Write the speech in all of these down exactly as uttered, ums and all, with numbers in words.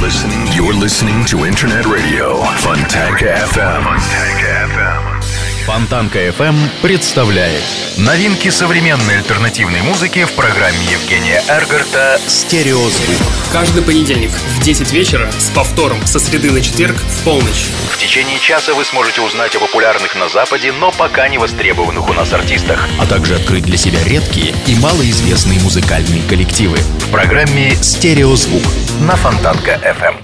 listening, you're listening to Internet Radio Fontanka эф эм. Fontanka эф эм. Фонтанка эф эм представляет новинки современной альтернативной музыки в программе Евгения Эргарта «Стереозвук». Каждый понедельник в десять вечера с повтором со среды на четверг в полночь. В течение часа вы сможете узнать о популярных на Западе, но пока не востребованных у нас артистах, а также открыть для себя редкие и малоизвестные музыкальные коллективы в программе «Стереозвук» на Фонтанка эф эм.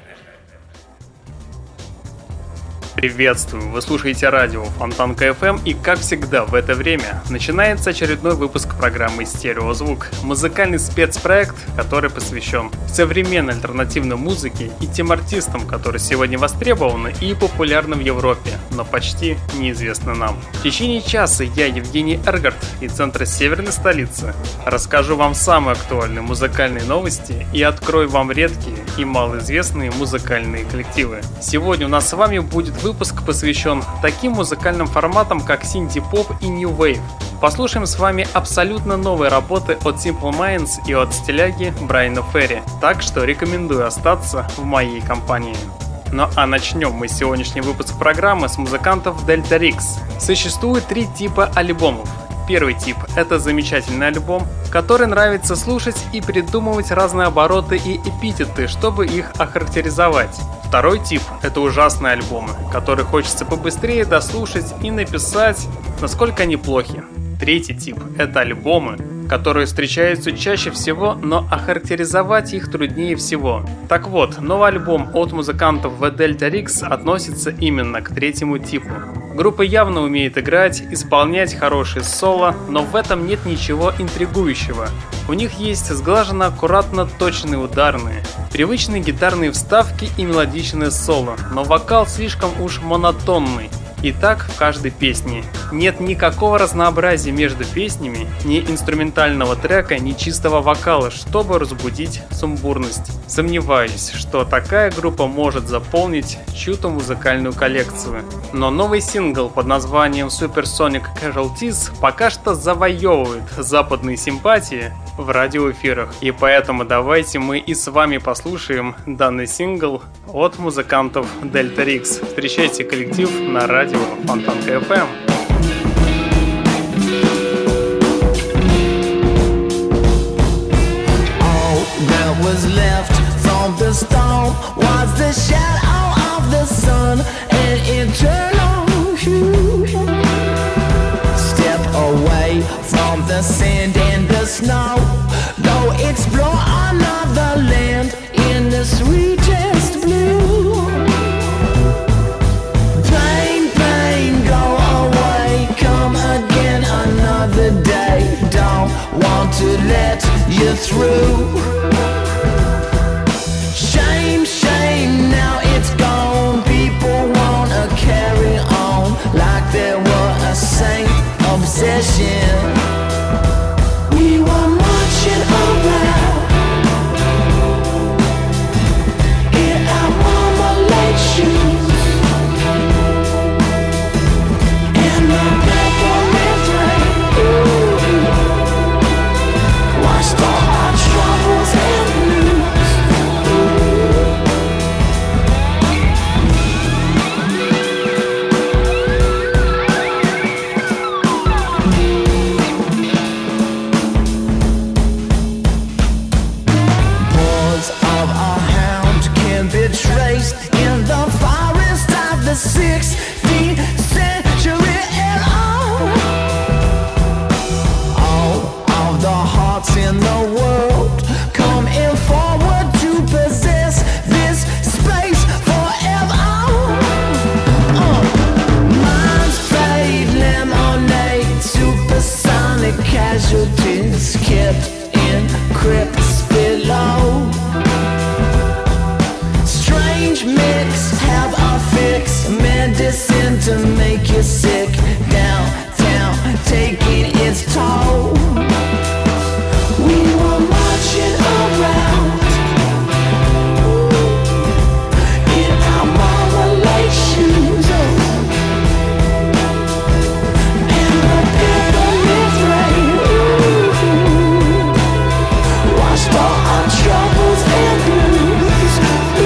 Приветствую! Вы слушаете радио Фонтанка эф эм, и, как всегда, в это время начинается очередной выпуск программы «Стереозвук». Музыкальный спецпроект, который посвящен современной альтернативной музыке и тем артистам, которые сегодня востребованы и популярны в Европе, но почти неизвестны нам. В течение часа я, Евгений Эргарт, из центра северной столицы, расскажу вам самые актуальные музыкальные новости и открою вам редкие и малоизвестные музыкальные коллективы. Сегодня у нас с вами будет выпуск Выпуск посвящен таким музыкальным форматам, как синти-поп и New Wave. Послушаем с вами абсолютно новые работы от Simple Minds и от стиляги Брайана Ферри, так что рекомендую остаться в моей компании. Ну а начнем мы сегодняшний выпуск программы с музыкантов Delta Rix. Существует три типа альбомов. Первый тип — это замечательный альбом, который нравится слушать и придумывать разные обороты и эпитеты, чтобы их охарактеризовать. Второй тип — это ужасные альбомы, которые хочется побыстрее дослушать и написать, насколько они плохи. Третий тип — это альбомы, которые встречаются чаще всего, но охарактеризовать их труднее всего. Так вот, новый альбом от музыкантов The Delta Rix относится именно к третьему типу. Группа явно умеет играть, исполнять хорошие соло, но в этом нет ничего интригующего. У них есть сглаженно аккуратно точные ударные, привычные гитарные вставки и мелодичное соло, но вокал слишком уж монотонный. И так в каждой песне. Нет никакого разнообразия между песнями, ни инструментального трека, ни чистого вокала, чтобы разбудить сумбурность. Сомневаюсь, что такая группа может заполнить чью-то музыкальную коллекцию. Но новый сингл под названием Supersonic Casualties пока что завоевывает западные симпатии в радиоэфирах. И поэтому давайте мы и с вами послушаем данный сингл от музыкантов Delta Rix. Встречайте коллектив на радио Фонтанка эф эм. All that was left from the storm was the shadow of the sun and eternal hue. Step away from the sand and the snow, go explore another land in the sweetest blue. Pain, pain, go away, come again another day. Don't want to let you through. Shame, shame, now it's gone. People wanna carry on like there were a saint obsession. We were marching around in our marmalade shoes and the peppermint rain. Ooh, washed all our troubles and blues. Paws of a hound can be traced in the forest of the sixteenth century and all. All of the hearts in the world coming forward to possess this space forever. Uh, Minds fade, lemonade, supersonic casualties kept in crypts below. Strange mix, have a fix, medicine to make you sick. Down, down, taking its toll. We were marching around in our marmalade shoes and the peppermint rain. Washed all our troubles and blues.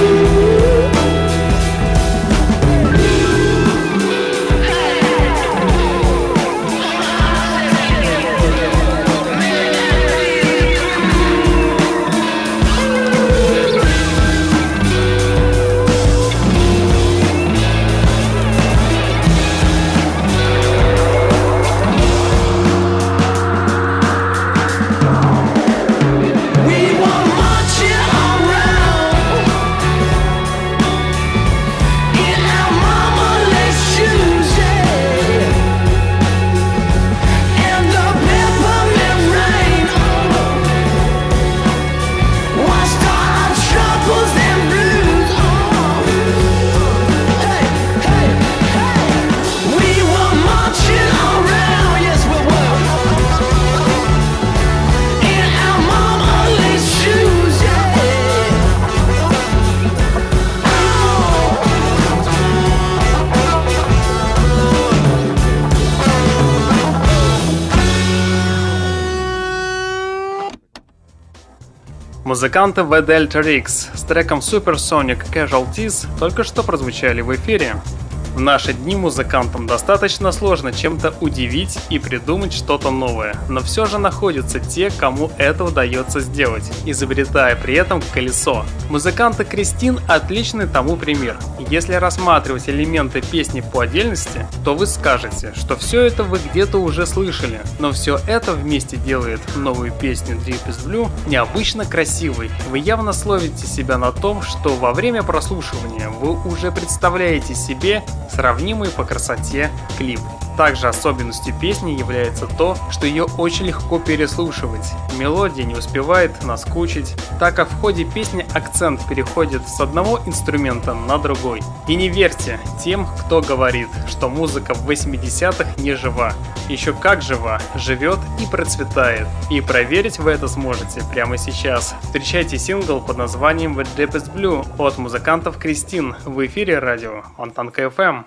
Музыканты The Delta Rigs с треком Supersonic Casualties только что прозвучали в эфире. В наши дни музыкантам достаточно сложно чем-то удивить и придумать что-то новое, но все же находятся те, кому это удается сделать, изобретая при этом колесо. Музыканты Кристин отличный тому пример. Если рассматривать элементы песни по отдельности, то вы скажете, что все это вы где-то уже слышали, но все это вместе делает новую песню Deepest Blue необычно красивой. Вы явно словите себя на том, что во время прослушивания вы уже представляете себе сравнимый по красоте клип. Также особенностью песни является то, что ее очень легко переслушивать. Мелодия не успевает наскучить, так как в ходе песни акцент переходит с одного инструмента на другой. И не верьте тем, кто говорит, что музыка в восьмидесятых не жива. Еще как жива, живет и процветает. И проверить вы это сможете прямо сейчас. Встречайте сингл под названием The Deepest Blue от музыкантов Кристин в эфире радио Фонтанка эф эм.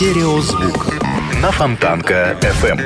Стереозвук на Фонтанка эф эм.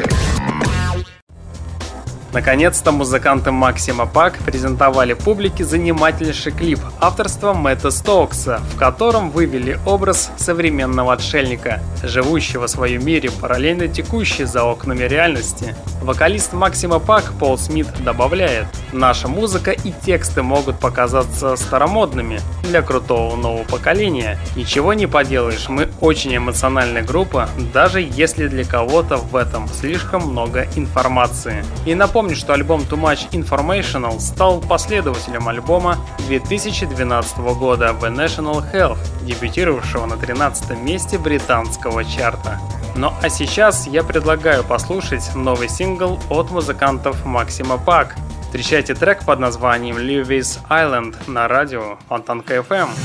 Наконец-то музыканты Максима Пак презентовали публике занимательнейший клип авторства Мэтта Стоукса, в котором вывели образ современного отшельника, живущего в своем мире, параллельно текущей за окнами реальности. Вокалист Максима Пак Пол Смит добавляет: «Наша музыка и тексты могут показаться старомодными для крутого нового поколения. Ничего не поделаешь, мы очень эмоциональная группа, даже если для кого-то в этом слишком много информации». И напомню, что альбом Too Much Informational стал последователем альбома две тысячи двенадцатого года The National Health, дебютировавшего на тринадцатом месте британского чарта. Ну а сейчас я предлагаю послушать новый сингл от музыкантов Максима Пак. Встречайте трек под названием Levis Island на радио Фонтанка эф эм.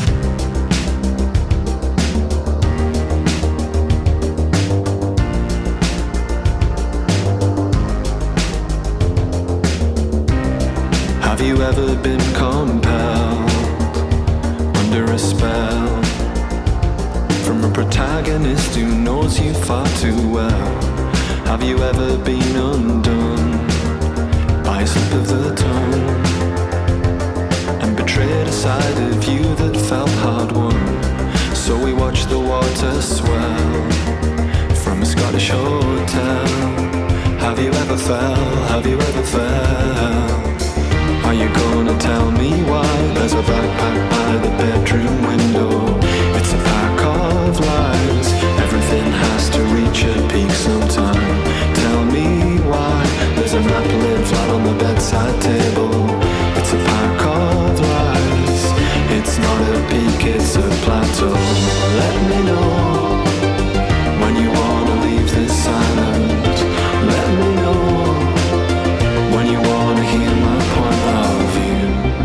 Have you ever been compelled under a spell from a protagonist who knows you far too well? Have you ever been undone by a slip of the tongue and betrayed a side of you that felt hard won? So we watched the water swell from a Scottish hotel. Have you ever fell? Have you ever fell? Are you gonna tell me why there's a backpack by the bedroom window? It's a pack of lies. Everything has to reach a peak sometime. Tell me why there's a map laid flat on the bedside table. It's a pack of lies. It's not a peak, it's a plateau. Let me know when you wanna leave this island. Let me know when you wanna hear my point of view.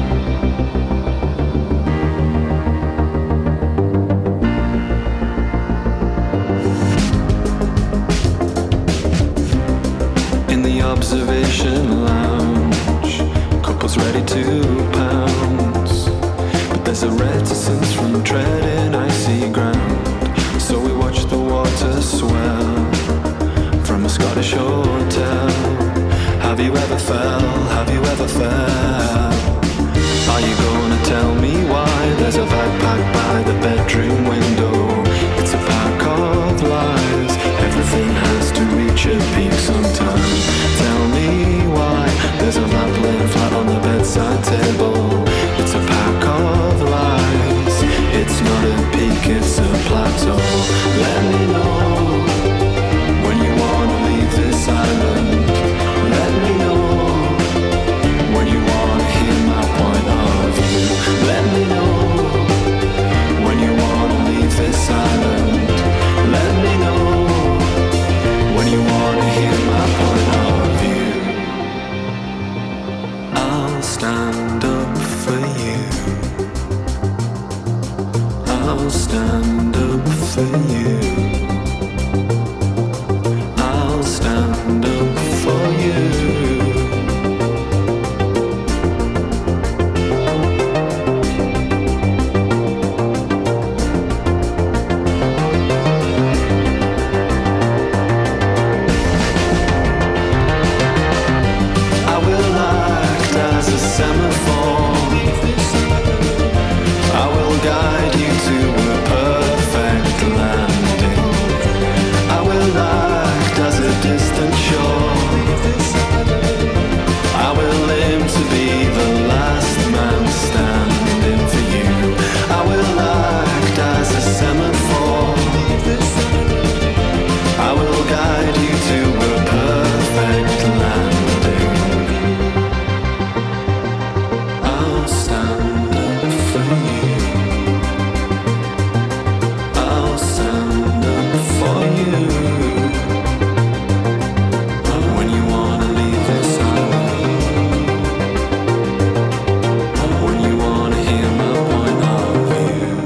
In the observation lounge, couples ready to pounce, but there's a reticence from treading icy ground. So we watch the water swell from a Scottish hotel. Have you ever fell? Have you ever fell? Are you gonna tell me why there's a backpack by the bedroom window? It's a pack of lies. Everything has to reach a peak sometime. Tell me why there's a map laid flat on the bedside table. It's a pack of lies. It's not a peak, it's a plateau. Let me know when you wanna leave this island. Let me know when you wanna hear my point of view. Let me know when you wanna leave this island. Let me know when you wanna hear my point of view. I'll stand up for you. I'll stand up for you. I'll stand up for you. I will act as a semaphore. I will guide you to a perfect landing. I will act as a distant shore. I will aim to be the last man standing for you. I will act as a semaphore. I will guide you to a perfect landing. I'll stand up for you. I'll stand up for you. When you wanna leave this island. When you wanna hear my point of view.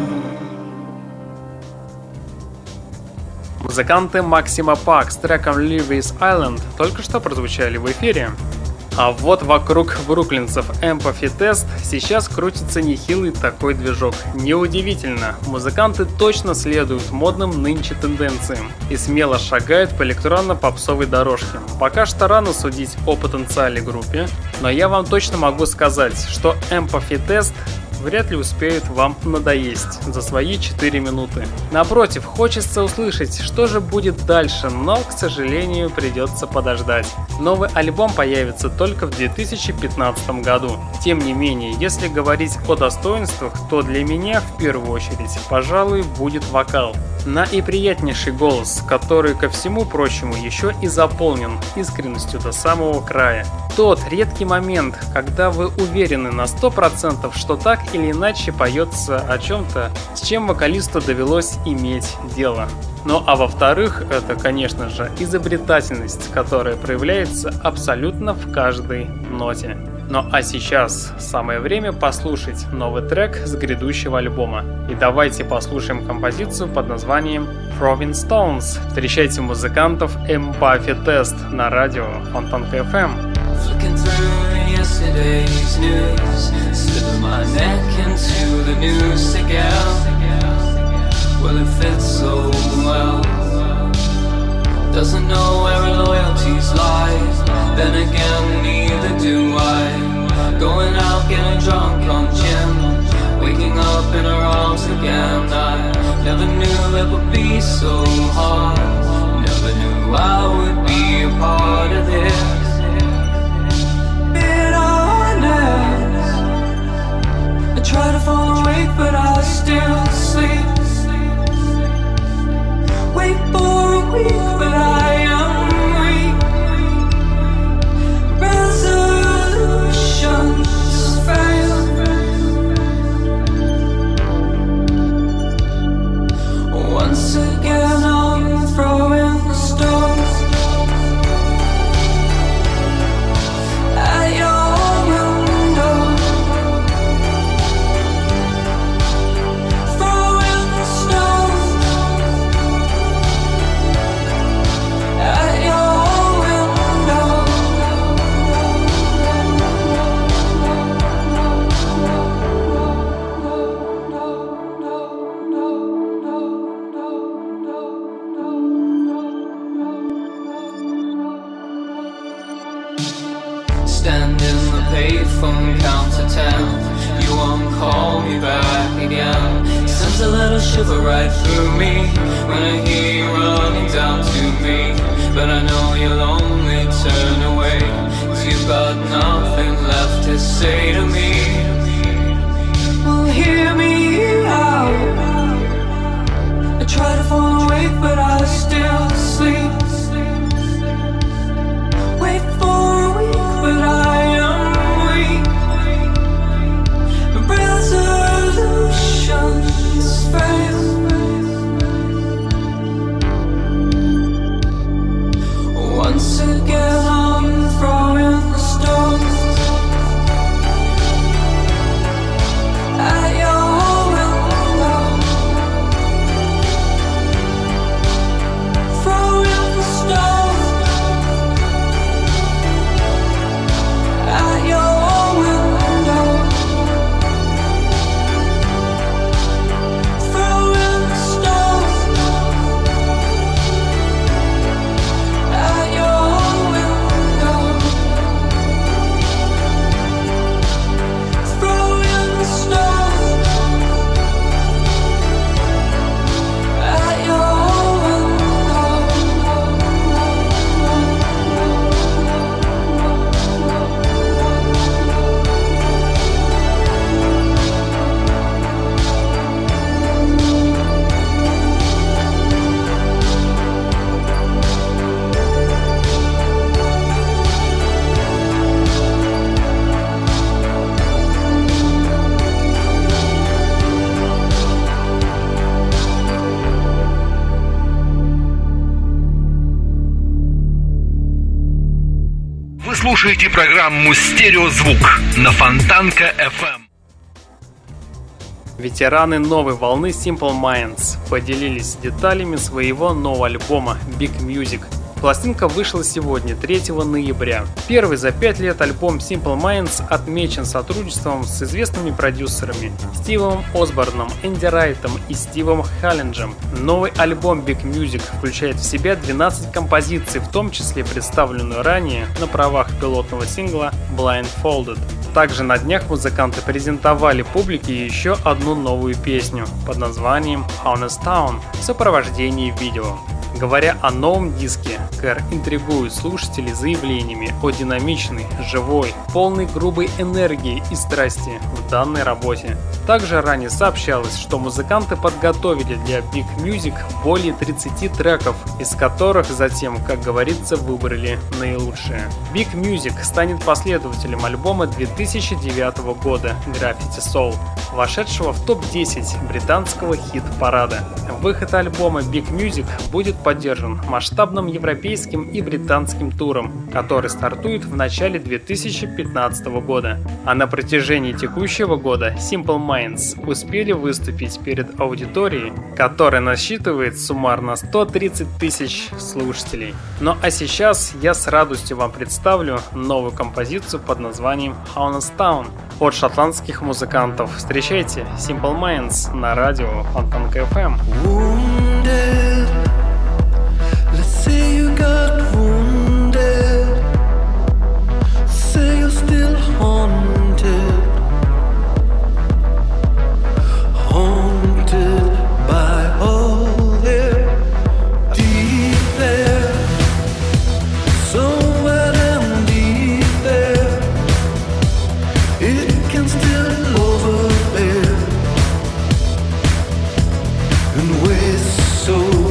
Музыканты Максима Пак с треком Levis Island только что прозвучали в эфире. А вот вокруг бруклинцев Empathy Test сейчас крутится нехилый такой движок. Неудивительно, музыканты точно следуют модным нынче тенденциям и смело шагают по электронно-попсовой дорожке. Пока что рано судить о потенциале группе, но я вам точно могу сказать, что Empathy Test вряд ли успеют вам надоесть за свои четыре минуты. Напротив, хочется услышать, что же будет дальше, но, к сожалению, придется подождать. Новый альбом появится только в две тысячи пятнадцатом году. Тем не менее, если говорить о достоинствах, то для меня в первую очередь, пожалуй, будет вокал. На и приятнейший голос, который, ко всему прочему, еще и заполнен искренностью до самого края. Тот редкий момент, когда вы уверены на сто процентов, что так или иначе поется о чем-то, с чем вокалисту довелось иметь дело. Ну а во-вторых, это, конечно же, изобретательность, которая проявляется абсолютно в каждой ноте. Ну а сейчас самое время послушать новый трек с грядущего альбома. И давайте послушаем композицию под названием Throwing Stones. Встречайте музыкантов Empathy Test на радио Фонтанка эф эм. Flicking through yesterday's news, slipping my neck into the noose again. Well, it fits so well. Doesn't know where her loyalties lie. Then again, neither do I. Going out, getting drunk on gin, waking up in her arms again. I never knew it would be so hard. Never knew I would be a part of this. I try to fall awake, but I still sleep. Wait for a week, but I am weak. Resolutions fail. Once again I'm throwing the stones at your window. Throwing the stones at your window. Stand in the payphone, count to ten. You won't call me back again. Sends a little shiver right through me when I hear you running down to me. But I know you'll only turn away, 'cause you've got nothing left to say to me. Well, hear me out. I try to fall awake, but I still sleep. Wait for a week, but I am weak. Resolutions fail. Once again I'm throwing the stones at your window. Throwing the stones at your window. Throwing the stones at your window. Throwing the stones at your window. Вы слушаете программу «Стереозвук» на Фонтанка эф эм. Ветераны новой волны Simple Minds поделились деталями своего нового альбома Big Music. Пластинка вышла сегодня, третьего ноября. Первый за пять лет альбом Simple Minds отмечен сотрудничеством с известными продюсерами Стивом Осборном, Энди Райтом и Стивом Халлинджем. Новый альбом Big Music включает в себя двенадцать композиций, в том числе представленную ранее на правах пилотного сингла Blindfolded. Также на днях музыканты презентовали публике еще одну новую песню под названием Honest Town в сопровождении видео. Говоря о новом диске, Кэр интригует слушателей заявлениями о динамичной, живой, полной грубой энергии и страсти в данной работе. Также ранее сообщалось, что музыканты подготовили для Big Music более тридцати треков, из которых затем, как говорится, выбрали наилучшие. Big Music станет последователем альбома две тысячи девятого года Graffiti Soul, вошедшего в топ десять британского хит-парада. Выход альбома Big Music будет поддержан масштабным европейским и британским туром, который стартует в начале две тысячи пятнадцатого года. А на протяжении текущего года Simple Minds успели выступить перед аудиторией, которая насчитывает суммарно сто тридцать тысяч слушателей. Ну а сейчас я с радостью вам представлю новую композицию под названием Honest Town от шотландских музыкантов. Встречайте Simple Minds на радио Фонтанка эф эм. Say you got wounded, say you're still haunted, haunted by all their deep there, somewhere down deep there, it can still overbear and we're so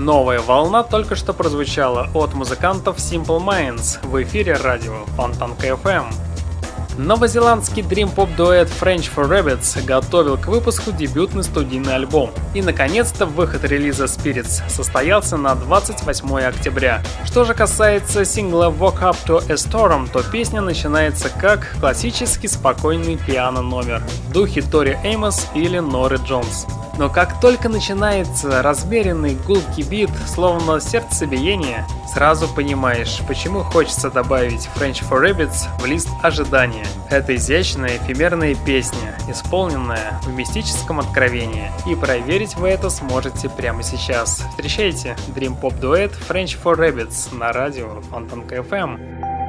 Новая волна только что прозвучала от музыкантов Simple Minds в эфире радио Фонтанка эф эм. Новозеландский дрим-поп-дуэт French for Rabbits готовил к выпуску дебютный студийный альбом. И, наконец-то, выход релиза Spirits состоялся на двадцать восьмое октября. Что же касается сингла Walk Up to a Storm, то песня начинается как классический спокойный пиано-номер в духе Тори Эймос или Норы Джонс. Но как только начинается размеренный гулкий бит, словно сердцебиение, сразу понимаешь, почему хочется добавить French for Rabbits в лист ожидания. Это изящная эфемерная песня, исполненная в мистическом откровении. И проверить вы это сможете прямо сейчас. Встречайте дрим-поп-дуэт French for Rabbits на радио Фонтанка эф эм.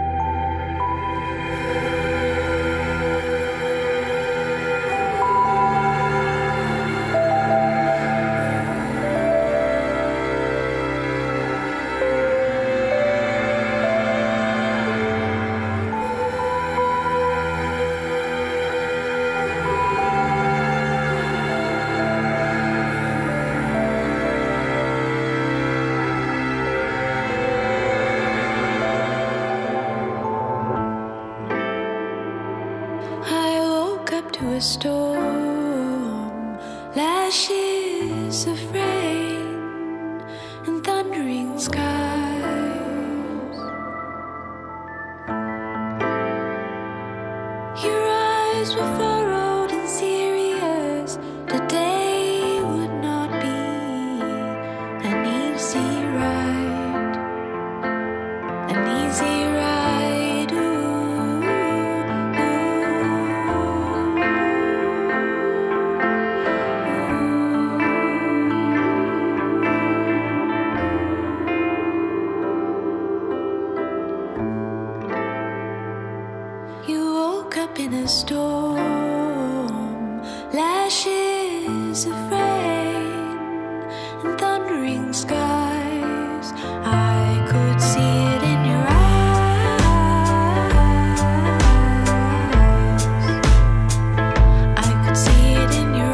Storm, lashes of rain and thundering skies. Your eyes were furrowed and serious. Today would not be an easy ride, an easy ride. In a storm, lashes of rain and thundering skies. I could see it in your eyes. I could see it in your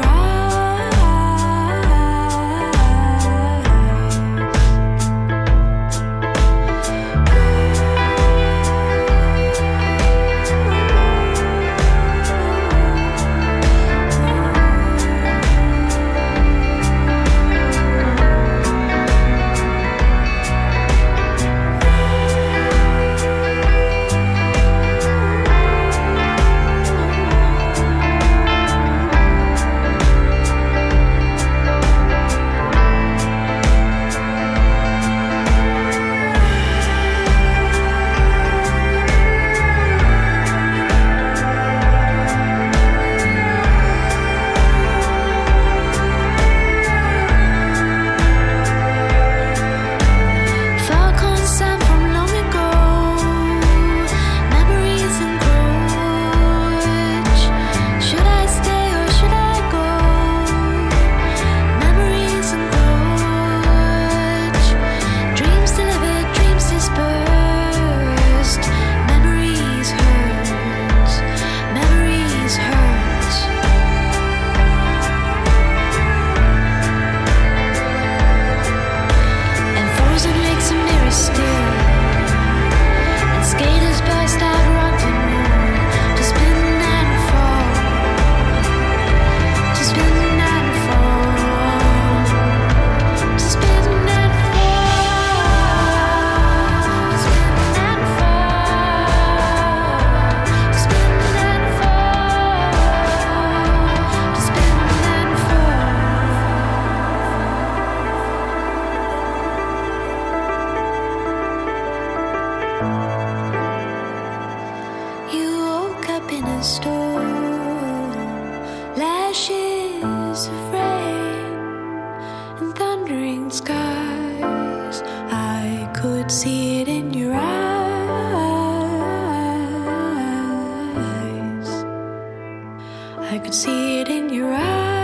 I could see it in your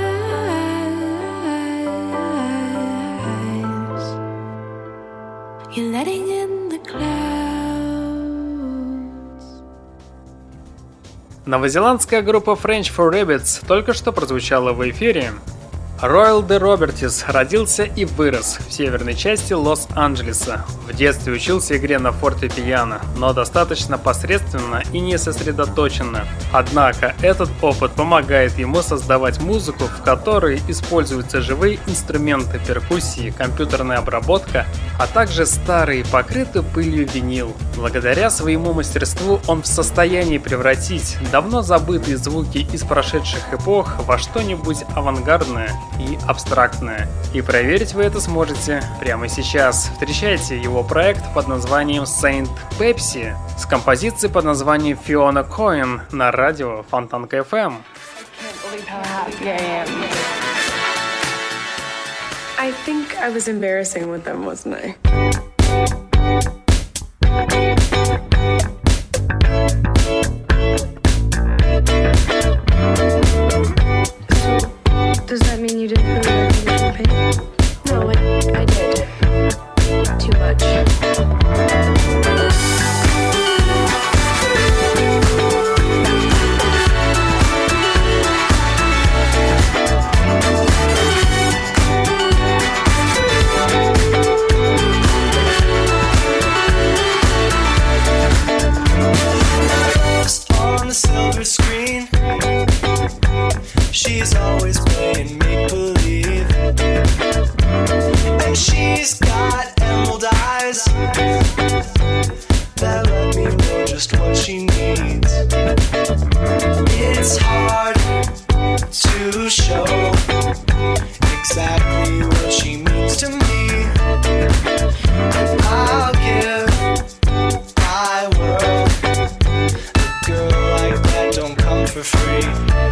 eyes. You're letting in the clouds. Новозеландская группа French for Rabbits только что прозвучала в эфире. Ройл де Робертис родился и вырос в северной части Лос-Анджелеса. В детстве учился игре на фортепиано, но достаточно посредственно и не сосредоточенно. Однако этот опыт помогает ему создавать музыку, в которой используются живые инструменты перкуссии, компьютерная обработка, а также старый покрытый пылью винил. Благодаря своему мастерству он в состоянии превратить давно забытые звуки из прошедших эпох во что-нибудь авангардное и абстрактное. И проверить вы это сможете прямо сейчас. Встречайте его проект под названием Saint Pepsi с композицией под названием Fiona Cohen на радио Фонтанка эф эм. I think I was embarrassing with them, wasn't I? Does that mean you didn't really like the champagne? No, I, I did. Too much. On the silver screen, she's always playing make-believe, and she's got emerald eyes that let me know just what she needs. It's hard to show exactly what she means to me, and I'll give my world. A girl like that don't come for free.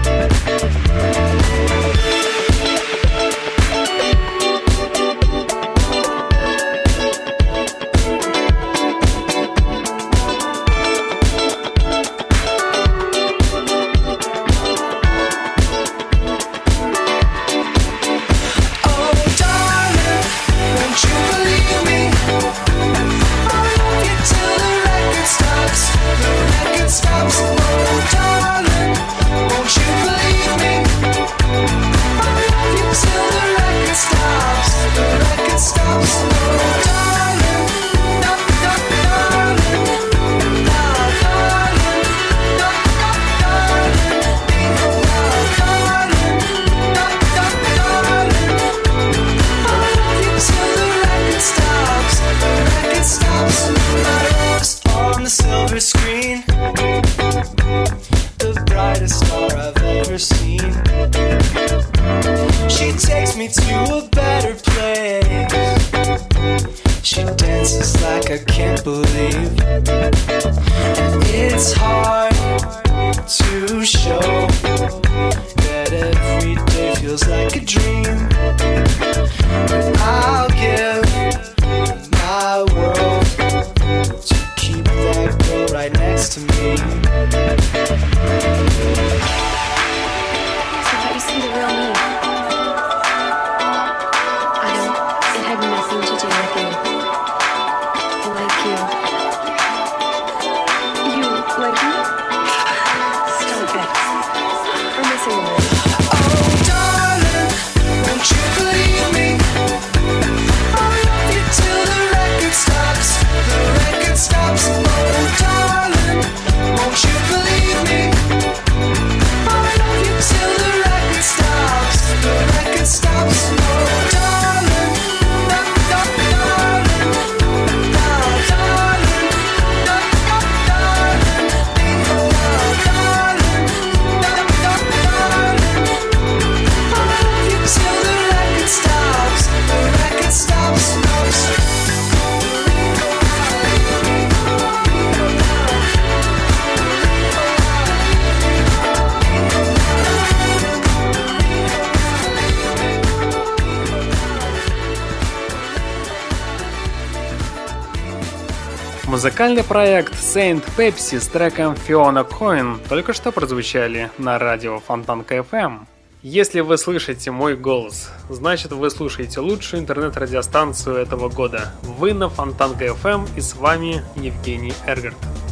Музыкальный проект Saint Pepsi с треком Fiona Cohen только что прозвучали на радио Фонтанка эф эм. Если вы слышите мой голос, значит вы слушаете лучшую интернет-радиостанцию этого года. Вы на Фонтанка эф эм и с вами Евгений Эргард.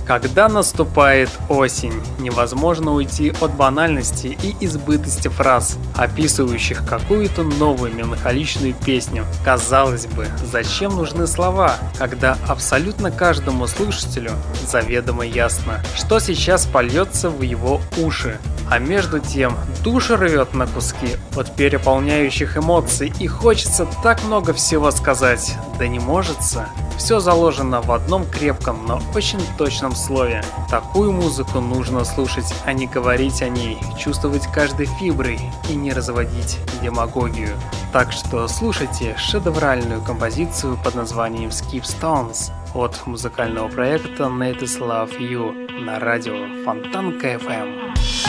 Когда наступает осень, невозможно уйти от банальности и избытости фраз, описывающих какую-то новую меланхоличную песню. Казалось бы, зачем нужны слова, когда абсолютно каждому слушателю заведомо ясно, что сейчас польется в его уши. А между тем, душу рвет на куски от переполняющих эмоций, и хочется так много всего сказать, да не можется. Все заложено в одном крепком, но очень точном слове. Такую музыку нужно слушать, а не говорить о ней, чувствовать каждой фиброй и не разводить демагогию. Так что слушайте шедевральную композицию под названием Skip Stones от музыкального проекта Natives Love You на радио Фонтанка эф эм.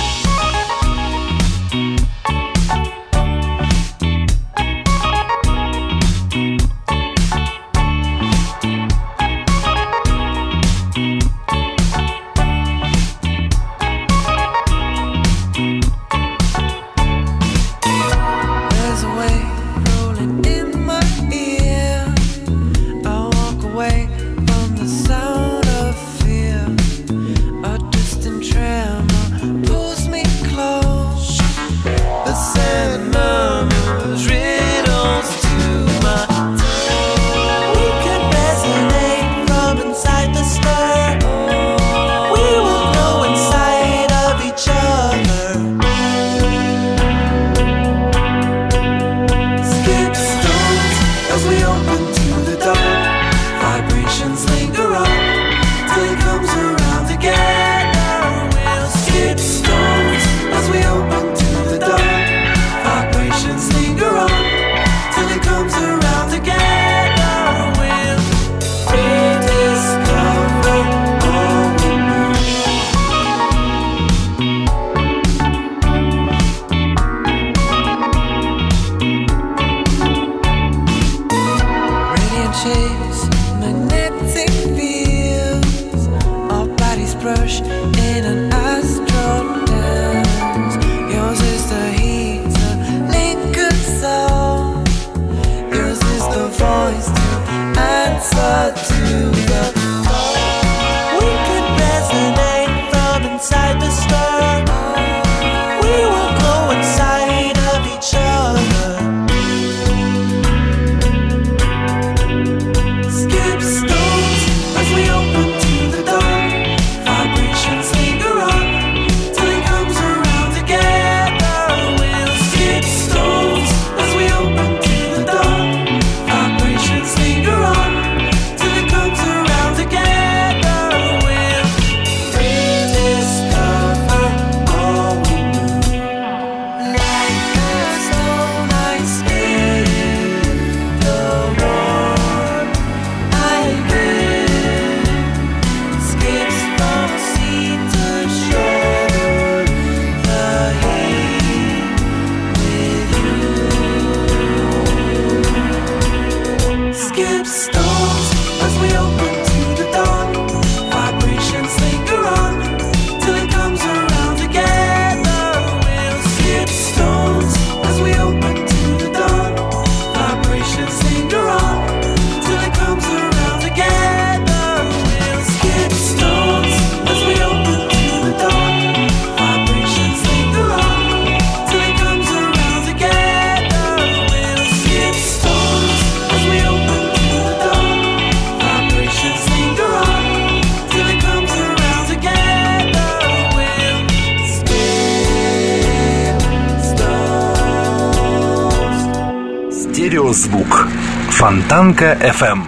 Стереозвук. Фонтанка эф эм.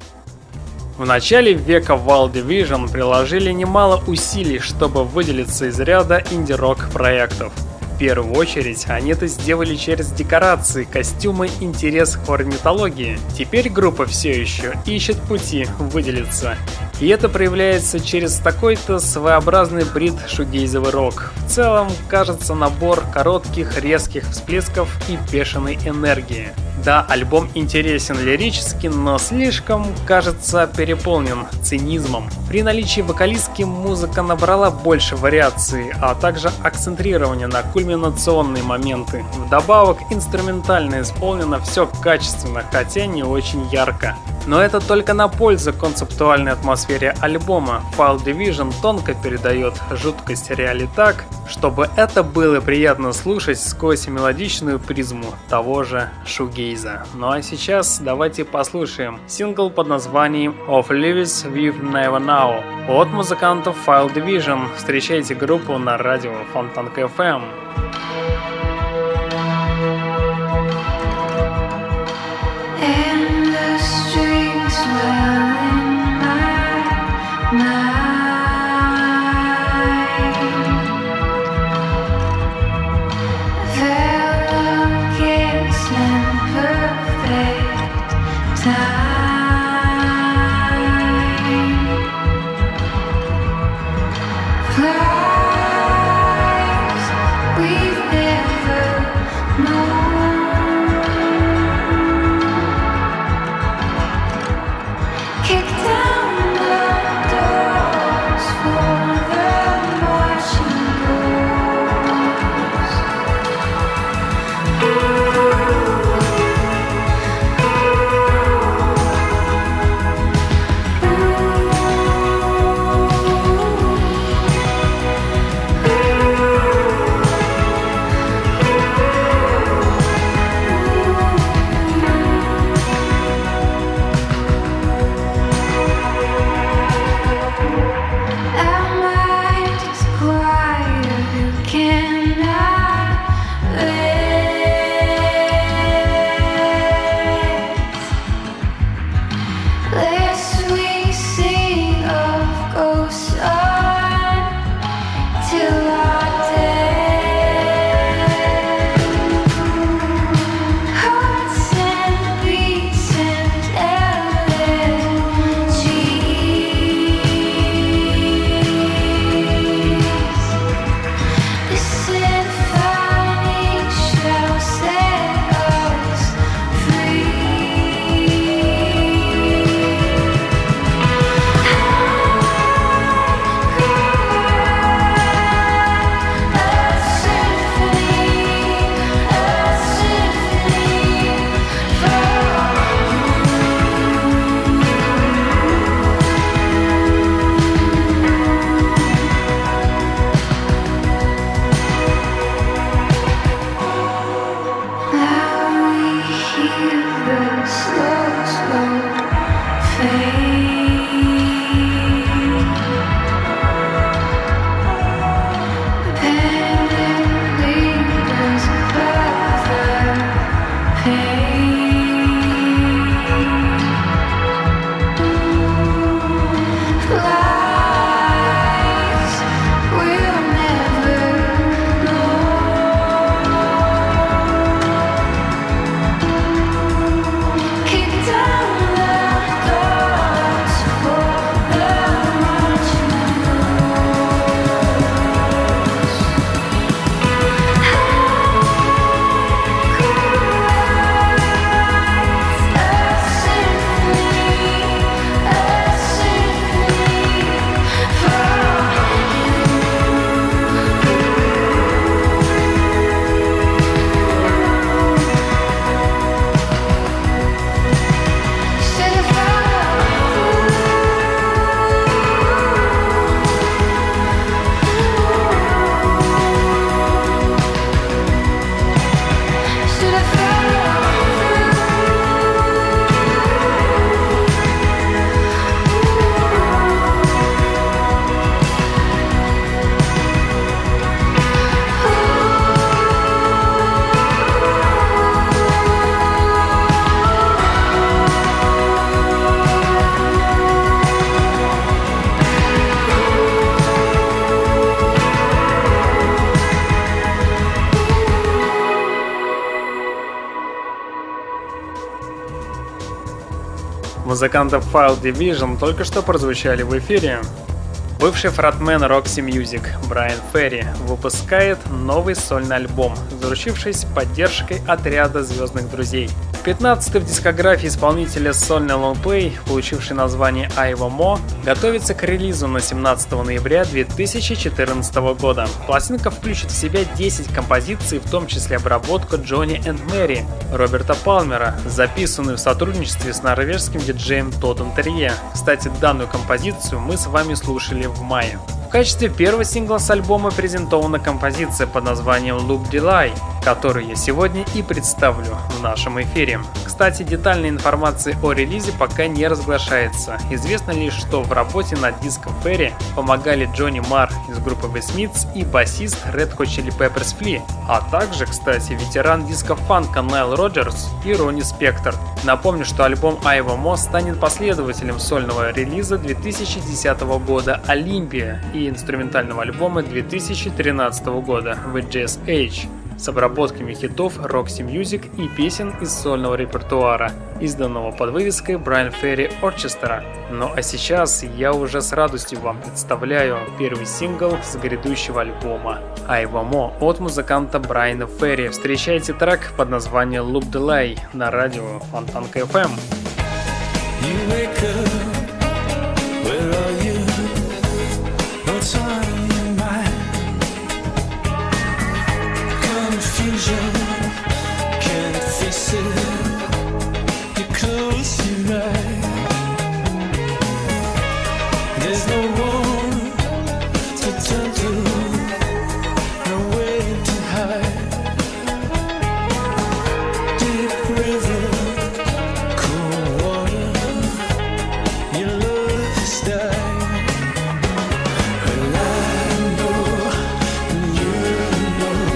В начале века Wild Division приложили немало усилий, чтобы выделиться из ряда инди-рок проектов. В первую очередь они это сделали через декорации, костюмы, интерес к орнитологии. Теперь группа все еще ищет пути выделиться. И это проявляется через такой-то своеобразный брит шугейзовый рок. В целом, кажется, набор коротких, резких всплесков и бешеной энергии. Да, альбом интересен лирически, но слишком, кажется, переполнен цинизмом. При наличии вокалистки музыка набрала больше вариаций, а также акцентрирование на кульминационные моменты. Вдобавок, инструментально исполнено все качественно, хотя не очень ярко. Но это только на пользу концептуальной атмосфере альбома. File Division тонко передает жуткость реалий так, чтобы это было приятно слушать сквозь мелодичную призму того же шугейза. Ну а сейчас давайте послушаем сингл под названием Of Lives We Never Know от музыкантов File Division. Встречайте группу на радио Фонтанка эф эм. Музыкантов File Division только что прозвучали в эфире. Бывший фронтмен Roxy Music Брайан Ферри выпускает новый сольный альбом, заручившись поддержкой отряда звездных друзей. пятнадцатый в дискографии исполнителя сольный лонгплей, получивший название Айва Мо, готовится к релизу на семнадцатого ноября две тысячи четырнадцатого года. Пластинка включит в себя десять композиций, в том числе обработку Джонни энд Мэри Роберта Палмера, записанную в сотрудничестве с норвежским диджеем Тоддом Терье. Кстати, данную композицию мы с вами слушали в мае. В качестве первого сингла с альбома презентована композиция под названием Loop Delay, которую я сегодня и представлю в нашем эфире. Кстати, детальной информации о релизе пока не разглашается. Известно лишь, что в работе над диском Ферри помогали Джонни Марр из группы The Smiths и басист Red Hot Chili Peppers Flea, а также, кстати, ветеран диска фанка Найл Роджерс и Ронни Спектор. Напомню, что альбом Айва Мо станет последователем сольного релиза две тысячи десятого года Олимпия и инструментального альбома две тысячи тринадцатого года The Jazz Age с обработками хитов Roxy Music и песен из сольного репертуара, изданного под вывеской Брайан Ферри Орчестра. Ну а сейчас я уже с радостью вам представляю первый сингл с грядущего альбома Айва Мо от музыканта Брайана Ферри. Встречайте трек под названием Loop Delay на радио Фонтанка эф эм. Can't face it. You close your eyes. There's no one to turn to, nowhere to hide. Deep river, cool water. Your love is dying. Well, I know, and you know.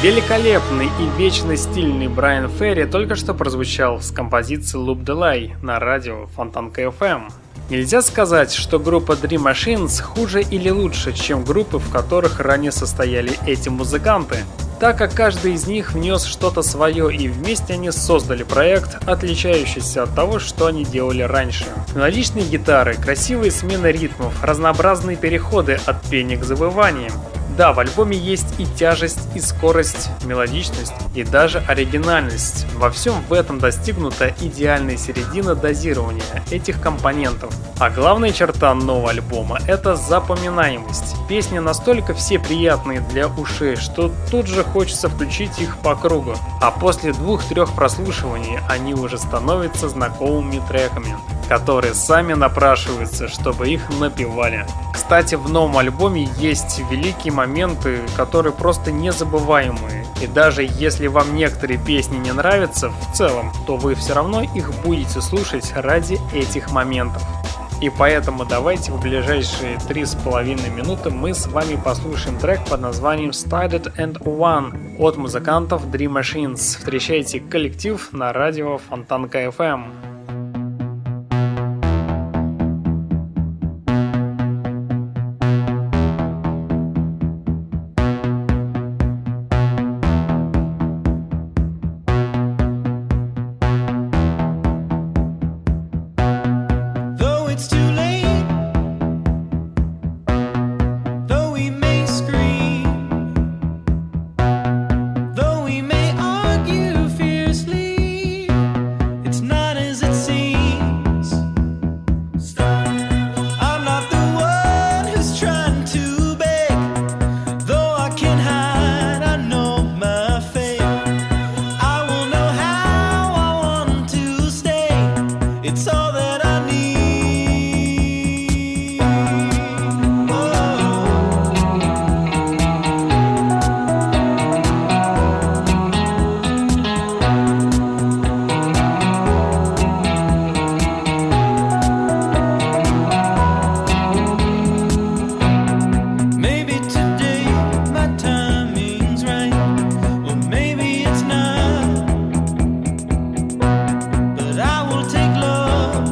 Великолепный и вечно стильный Брайан Ферри только что прозвучал с композицией Loop Delay на радио Фонтанка эф эм. Нельзя сказать, что группа Dream Machines хуже или лучше, чем группы, в которых ранее состояли эти музыканты, так как каждый из них внес что-то свое, и вместе они создали проект, отличающийся от того, что они делали раньше. Мелодичные гитары, красивые смены ритмов, разнообразные переходы от пения к завываниям. Да, в альбоме есть и тяжесть, и скорость, мелодичность, и даже оригинальность. Во всем в этом достигнута идеальная середина дозирования этих компонентов. А главная черта нового альбома – это запоминаемость. Песни настолько все приятные для ушей, что тут же хочется включить их по кругу. А после двух-трех прослушиваний они уже становятся знакомыми треками, которые сами напрашиваются, чтобы их напевали. Кстати, в новом альбоме есть великие моменты, которые просто незабываемые. И даже если вам некоторые песни не нравятся в целом, то вы все равно их будете слушать ради этих моментов. И поэтому давайте в ближайшие три с половиной минуты мы с вами послушаем трек под названием Started and One от музыкантов Dream Machines. Встречайте коллектив на радио Фонтанка эф эм. Take love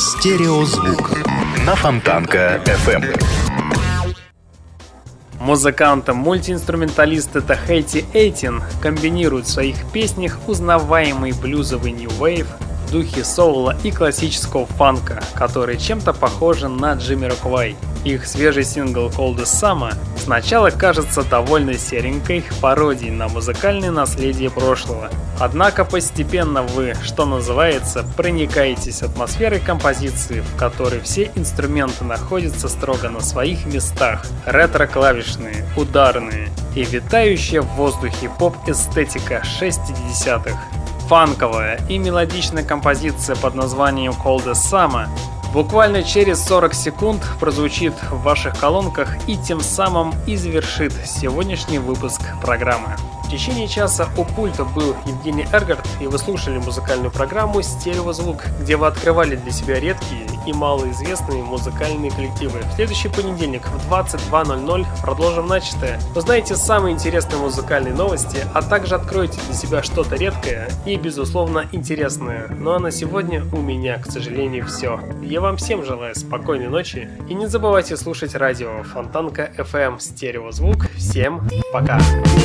Стереозвук на Фонтанка-эф эм. Музыканты-мультиинструменталисты Тахейти Эйтин комбинируют в своих песнях узнаваемый блюзовый нью-вейв, духи соула и классического фанка, которые чем-то похожи на Джамироквай. Их свежий сингл Cold as Summer сначала кажется довольно серенькой пародией на музыкальное наследие прошлого. Однако постепенно вы, что называется, проникаетесь атмосферой композиции, в которой все инструменты находятся строго на своих местах. Ретро-клавишные, ударные и витающая в воздухе поп-эстетика шестидесятых. Фанковая и мелодичная композиция под названием Cold as Summer буквально через сорок секунд прозвучит в ваших колонках и тем самым и завершит сегодняшний выпуск программы. В течение часа у пульта был Евгений Эргард, и вы слушали музыкальную программу «Стереозвук», где вы открывали для себя редкие и малоизвестные музыкальные коллективы. В следующий понедельник в двадцать два ноль ноль продолжим начатое. Узнаете самые интересные музыкальные новости, а также откроете для себя что-то редкое и, безусловно, интересное. Ну а на сегодня у меня, к сожалению, все. Я вам всем желаю спокойной ночи и не забывайте слушать радио Фонтанка-эф эм «Стереозвук». Всем пока!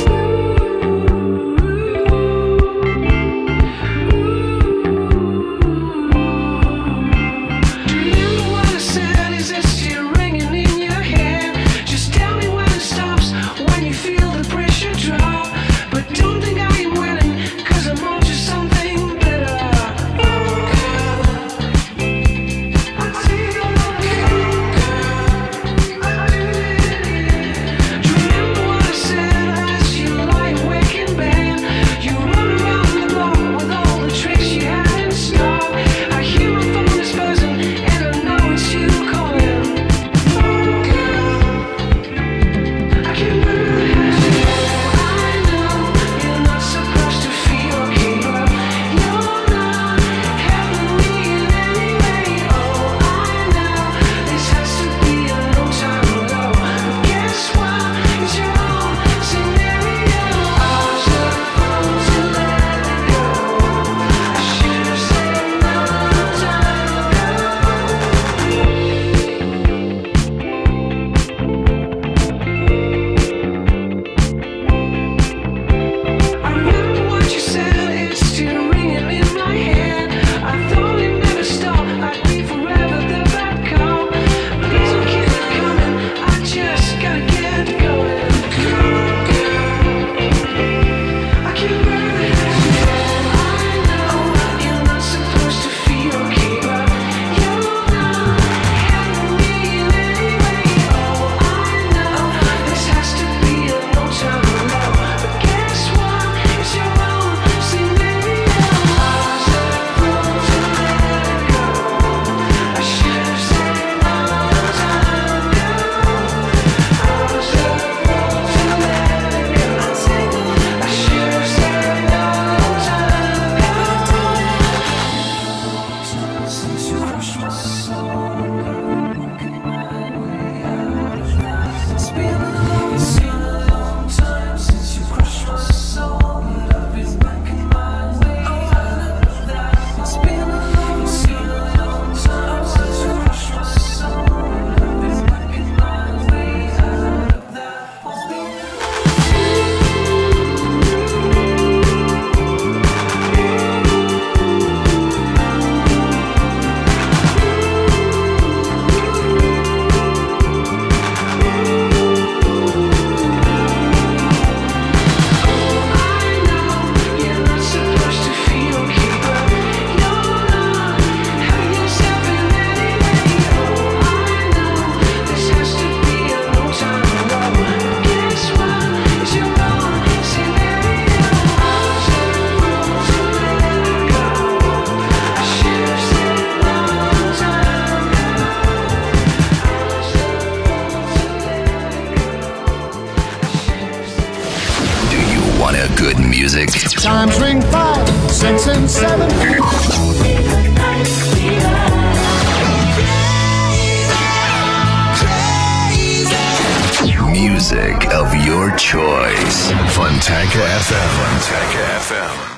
Good music. Times ring five, six, and seven. Music of your choice. Fontanka F M. Fontanka F M.